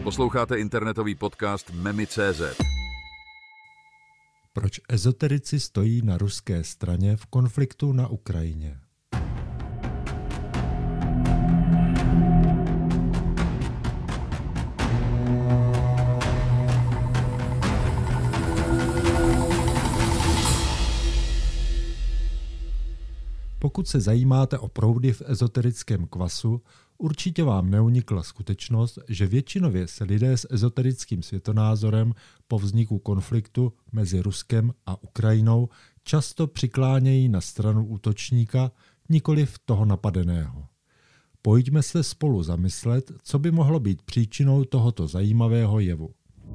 Posloucháte internetový podcast Memi.cz. Proč ezoterici stojí na ruské straně v konfliktu na Ukrajině? Pokud se zajímáte o proudy v ezoterickém kvasu, určitě vám neunikla skutečnost, že většinově se lidé s ezoterickým světonázorem po vzniku konfliktu mezi Ruskem a Ukrajinou často přiklánějí na stranu útočníka, nikoliv toho napadeného. Pojďme se spolu zamyslet, co by mohlo být příčinou tohoto zajímavého jevu.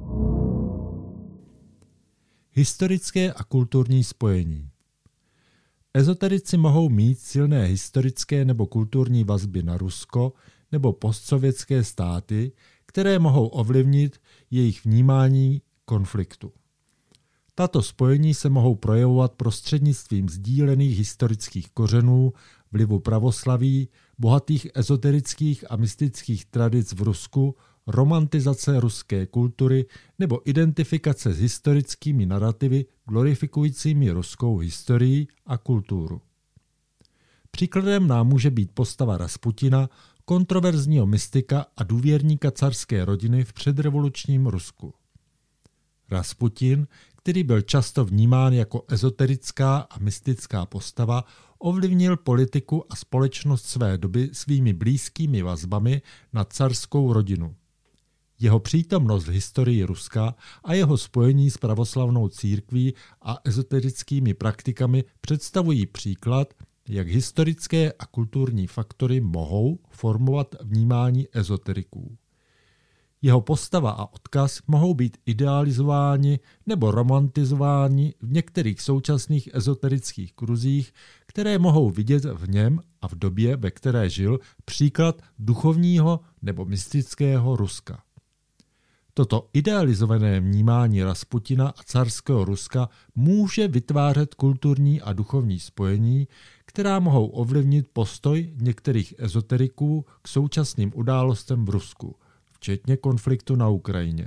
Historické a kulturní spojení. Ezoterici mohou mít silné historické nebo kulturní vazby na Rusko nebo postsovětské státy, které mohou ovlivnit jejich vnímání konfliktu. Tato spojení se mohou projevovat prostřednictvím sdílených historických kořenů, vlivu pravoslaví, bohatých ezoterických a mystických tradic v Rusku, romantizace ruské kultury nebo identifikace s historickými narativy glorifikujícími ruskou historii a kulturu. Příkladem nám může být postava Rasputina, kontroverzního mystika a důvěrníka carské rodiny v předrevolučním Rusku. Rasputin, který byl často vnímán jako ezoterická a mystická postava, ovlivnil politiku a společnost své doby svými blízkými vazbami na carskou rodinu. Jeho přítomnost v historii Ruska a jeho spojení s pravoslavnou církví a ezoterickými praktikami představují příklad, jak historické a kulturní faktory mohou formovat vnímání ezoteriků. Jeho postava a odkaz mohou být idealizováni nebo romantizováni v některých současných ezoterických kruzích, které mohou vidět v něm a v době, ve které žil, příklad duchovního nebo mystického Ruska. Toto idealizované vnímání Rasputina a carského Ruska může vytvářet kulturní a duchovní spojení, která mohou ovlivnit postoj některých ezoteriků k současným událostem v Rusku, včetně konfliktu na Ukrajině.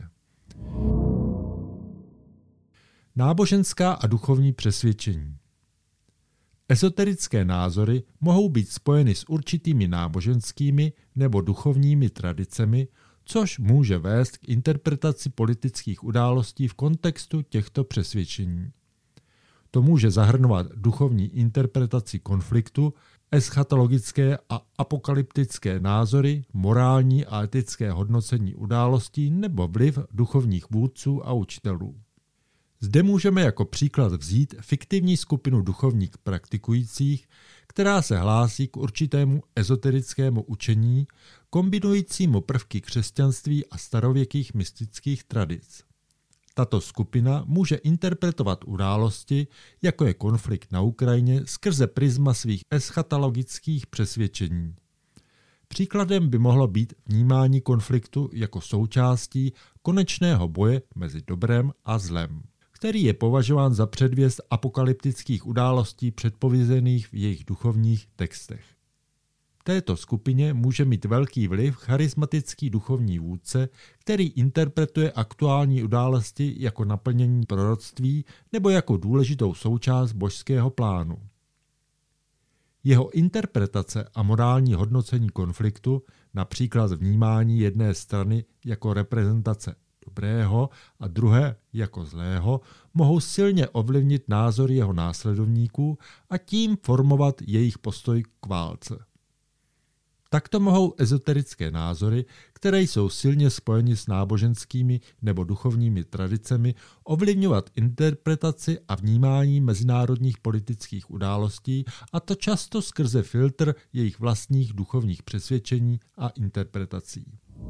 Náboženská a duchovní přesvědčení. Ezoterické názory mohou být spojeny s určitými náboženskými nebo duchovními tradicemi, což může vést k interpretaci politických událostí v kontextu těchto přesvědčení. To může zahrnovat duchovní interpretaci konfliktu, eschatologické a apokalyptické názory, morální a etické hodnocení událostí nebo vliv duchovních vůdců a učitelů. Zde můžeme jako příklad vzít fiktivní skupinu duchovních praktikujících, která se hlásí k určitému ezoterickému učení, kombinujícímu prvky křesťanství a starověkých mystických tradic. Tato skupina může interpretovat události, jako je konflikt na Ukrajině, skrze prisma svých eschatologických přesvědčení. Příkladem by mohlo být vnímání konfliktu jako součástí konečného boje mezi dobrem a zlem, který je považován za předvěst apokalyptických událostí předpovězených v jejich duchovních textech. V této skupině může mít velký vliv charismatický duchovní vůdce, který interpretuje aktuální události jako naplnění proroctví nebo jako důležitou součást božského plánu. Jeho interpretace a morální hodnocení konfliktu, například vnímání jedné strany jako reprezentace dobrého a druhé jako zlého, mohou silně ovlivnit názor jeho následovníků a tím formovat jejich postoj k válce. Takto mohou ezoterické názory, které jsou silně spojeny s náboženskými nebo duchovními tradicemi, ovlivňovat interpretaci a vnímání mezinárodních politických událostí, a to často skrze filtr jejich vlastních duchovních přesvědčení a interpretací.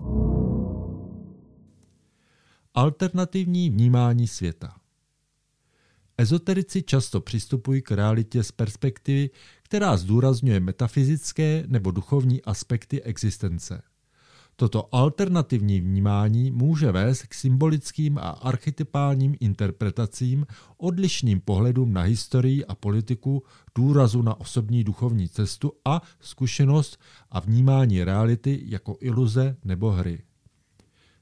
Alternativní vnímání světa. Ezoterici často přistupují k realitě z perspektivy, která zdůrazňuje metafyzické nebo duchovní aspekty existence. Toto alternativní vnímání může vést k symbolickým a archetypálním interpretacím, odlišným pohledům na historii a politiku, důrazu na osobní duchovní cestu a zkušenost a vnímání reality jako iluze nebo hry.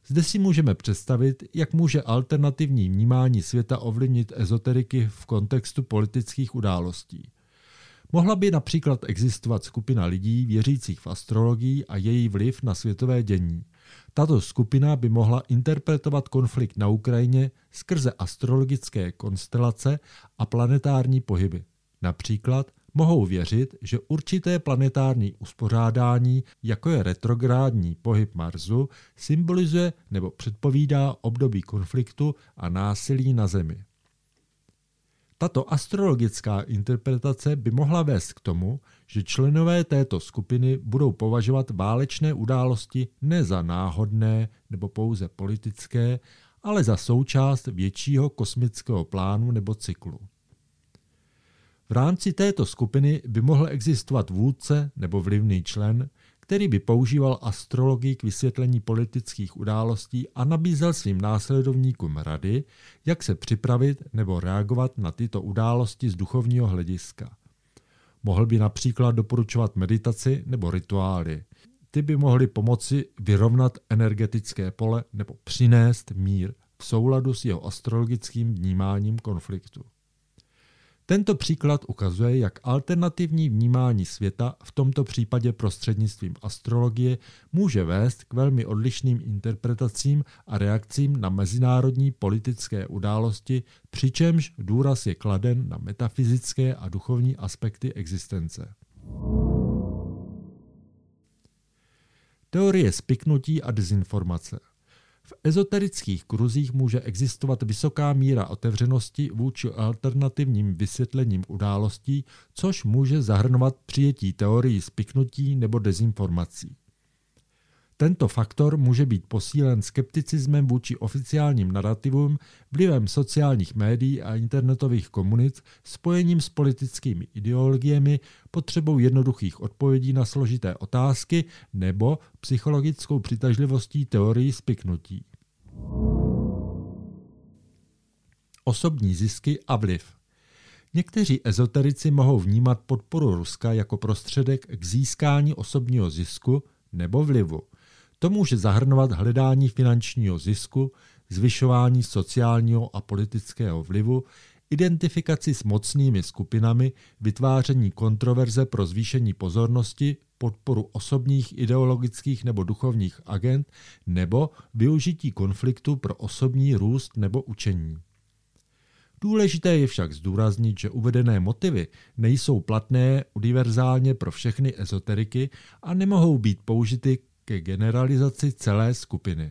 Zde si můžeme představit, jak může alternativní vnímání světa ovlivnit ezoteriky v kontextu politických událostí. Mohla by například existovat skupina lidí věřících v astrologii a její vliv na světové dění. Tato skupina by mohla interpretovat konflikt na Ukrajině skrze astrologické konstelace a planetární pohyby. Například mohou věřit, že určité planetární uspořádání, jako je retrográdní pohyb Marsu, symbolizuje nebo předpovídá období konfliktu a násilí na Zemi. Tato astrologická interpretace by mohla vést k tomu, že členové této skupiny budou považovat válečné události ne za náhodné nebo pouze politické, ale za součást většího kosmického plánu nebo cyklu. V rámci této skupiny by mohl existovat vůdce nebo vlivný člen, který by používal astrologii k vysvětlení politických událostí a nabízel svým následovníkům rady, jak se připravit nebo reagovat na tyto události z duchovního hlediska. Mohl by například doporučovat meditaci nebo rituály. Ty by mohly pomoci vyrovnat energetické pole nebo přinést mír v souladu s jeho astrologickým vnímáním konfliktu. Tento příklad ukazuje, jak alternativní vnímání světa, v tomto případě prostřednictvím astrologie, může vést k velmi odlišným interpretacím a reakcím na mezinárodní politické události, přičemž důraz je kladen na metafyzické a duchovní aspekty existence. Teorie spiknutí a dezinformace. V ezoterických kruzích může existovat vysoká míra otevřenosti vůči alternativním vysvětlením událostí, což může zahrnovat přijetí teorii spiknutí nebo dezinformací. Tento faktor může být posílen skepticismem vůči oficiálním narativům, vlivem sociálních médií a internetových komunit, spojením s politickými ideologiemi, potřebou jednoduchých odpovědí na složité otázky nebo psychologickou přitažlivostí teorii spiknutí. Osobní zisky a vliv. Někteří ezoterici mohou vnímat podporu Ruska jako prostředek k získání osobního zisku nebo vlivu. To může zahrnovat hledání finančního zisku, zvyšování sociálního a politického vlivu, identifikaci s mocnými skupinami, vytváření kontroverze pro zvýšení pozornosti, podporu osobních, ideologických nebo duchovních agend nebo využití konfliktu pro osobní růst nebo učení. Důležité je však zdůraznit, že uvedené motivy nejsou platné univerzálně pro všechny ezoteriky a nemohou být použity ke generalizaci celé skupiny.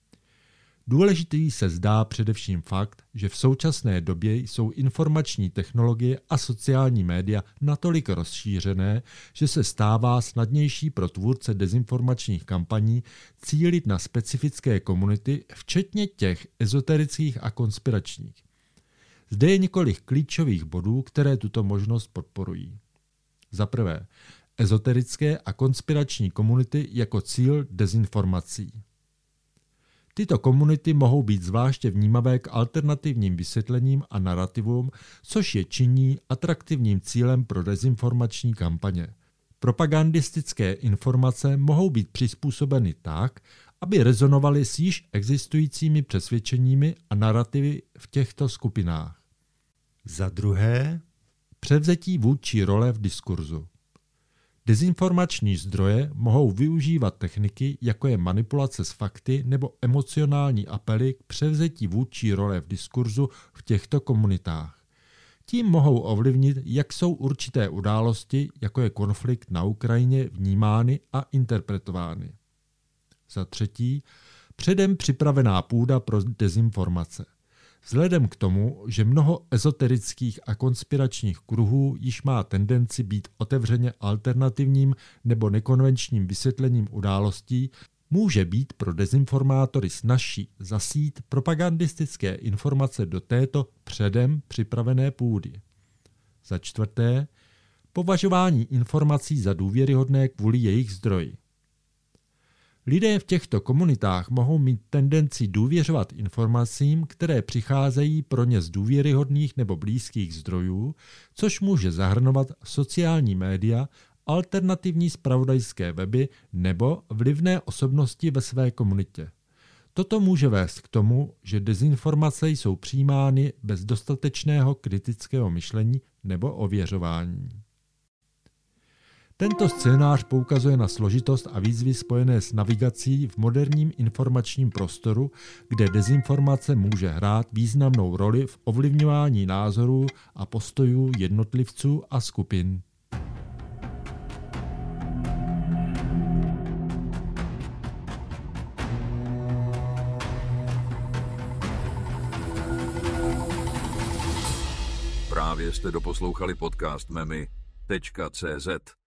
Důležitý se zdá především fakt, že v současné době jsou informační technologie a sociální média natolik rozšířené, že se stává snadnější pro tvůrce dezinformačních kampaní cílit na specifické komunity, včetně těch ezoterických a konspiračních. Zde je několik klíčových bodů, které tuto možnost podporují. Za prvé, ezoterické a konspirační komunity jako cíl dezinformací. Tyto komunity mohou být zvláště vnímavé k alternativním vysvětlením a narrativům, což je činí atraktivním cílem pro dezinformační kampaně. Propagandistické informace mohou být přizpůsobeny tak, aby rezonovaly s již existujícími přesvědčeními a narrativy v těchto skupinách. Za druhé, převzetí vůdčí role v diskurzu. Dezinformační zdroje mohou využívat techniky, jako je manipulace s fakty nebo emocionální apely k převzetí vůdčí role v diskurzu v těchto komunitách. Tím mohou ovlivnit, jak jsou určité události, jako je konflikt na Ukrajině, vnímány a interpretovány. Za třetí, předem připravená půda pro dezinformace. Vzhledem k tomu, že mnoho ezoterických a konspiračních kruhů již má tendenci být otevřeně alternativním nebo nekonvenčním vysvětlením událostí, může být pro dezinformátory snazší zasít propagandistické informace do této předem připravené půdy. Za čtvrté, považování informací za důvěryhodné kvůli jejich zdroji. Lidé v těchto komunitách mohou mít tendenci důvěřovat informacím, které přicházejí pro ně z důvěryhodných nebo blízkých zdrojů, což může zahrnovat sociální média, alternativní zpravodajské weby nebo vlivné osobnosti ve své komunitě. Toto může vést k tomu, že dezinformace jsou přijímány bez dostatečného kritického myšlení nebo ověřování. Tento scénář poukazuje na složitost a výzvy spojené s navigací v moderním informačním prostoru, kde dezinformace může hrát významnou roli v ovlivňování názorů a postojů jednotlivců a skupin. Právě jste doposlouchali podcast Memi.cz.